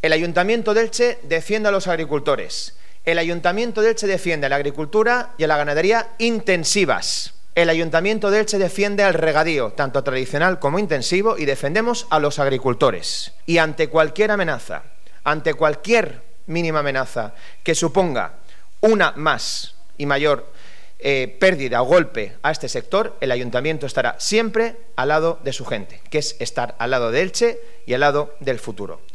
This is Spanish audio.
El Ayuntamiento de Elche defiende a los agricultores. El Ayuntamiento de Elche defiende a la agricultura y a la ganadería intensivas. El Ayuntamiento de Elche defiende al regadío, tanto tradicional como intensivo, y defendemos a los agricultores. Y ante cualquier amenaza, ante cualquier mínima amenaza que suponga una más y mayor pérdida o golpe a este sector, el Ayuntamiento estará siempre al lado de su gente, que es estar al lado de Elche y al lado del futuro.